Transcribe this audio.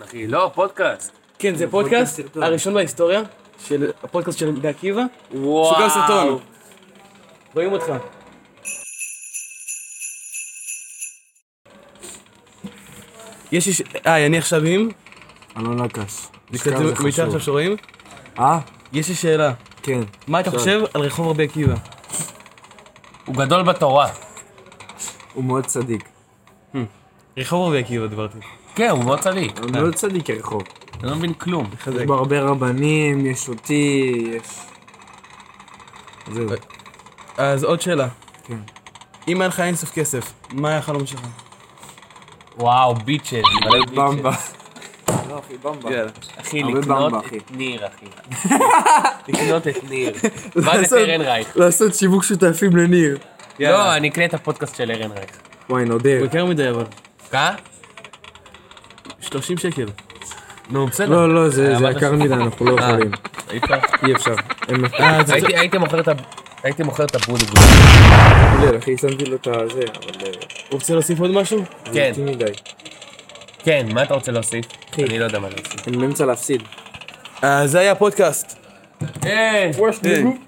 אחי, לא, פודקאסט. כן, זה פודקאסט הראשון בהיסטוריה של הפודקאסט של בני עקיבא. וואו. שהוא גם סרטון. רואים אותך. אני עכשיו עם... אלון לקש. זה קצת מיותר עכשיו שרואים? יש לי שאלה. כן. מה אתה חושב על רחוב רבי עקיבא? הוא גדול בתורה. הוא מאוד צדיק. רחוב רבי עקיבא דברתי. כן, הוא מאוד צדיק. הוא מאוד צדיק הרחוב. אני לא מבין כלום. יש בו הרבה רבנים, יש אותי, יש... זהו. אז עוד שאלה. כן. אם היה לך אינסוף כסף, מה היה החלום שלך? וואו, ביצ'ל. במבה. לא אחי, במבה. אחי, הרבה לקנות במבה, אחי. את ניר, אחי. לקנות את ניר. מה זה ארנרייך? לעשות שיווק שותפים לניר. לא, אני אקנה את הפודקאסט של ארנרייך. וואי, נודר. הוא יקר מדי אבל. כמה? 30 שקל. נו, בסדר. לא, זה יקר מדי, אנחנו לא יכולים. אי אפשר. הייתי מוכר את הבולבול. כולל, אחי, שמתי לו את הזה, אבל... רוצה להוסיף עוד משהו? כן. זה מדי. כן, מה אתה רוצה להוסיף? אני לא יודע מה להוסיף. אני באמצע להפסיד. זה היה הפודקאסט. כן.